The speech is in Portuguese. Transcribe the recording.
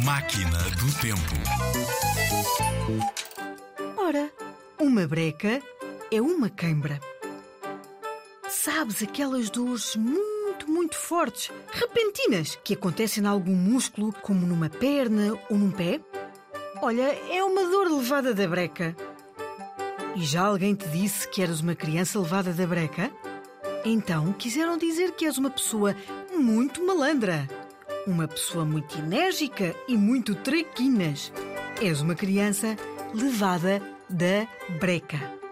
Máquina do Tempo. Ora, uma breca é uma queimbra. Sabes, aquelas dores muito fortes, repentinas, que acontecem em algum músculo, como numa perna ou num pé? Olha, é uma dor levada da breca. E já alguém te disse que eras uma criança levada da breca? Então quiseram dizer que és uma pessoa muito malandra. Uma pessoa muito enérgica e muito traquinas. És uma criança levada da breca.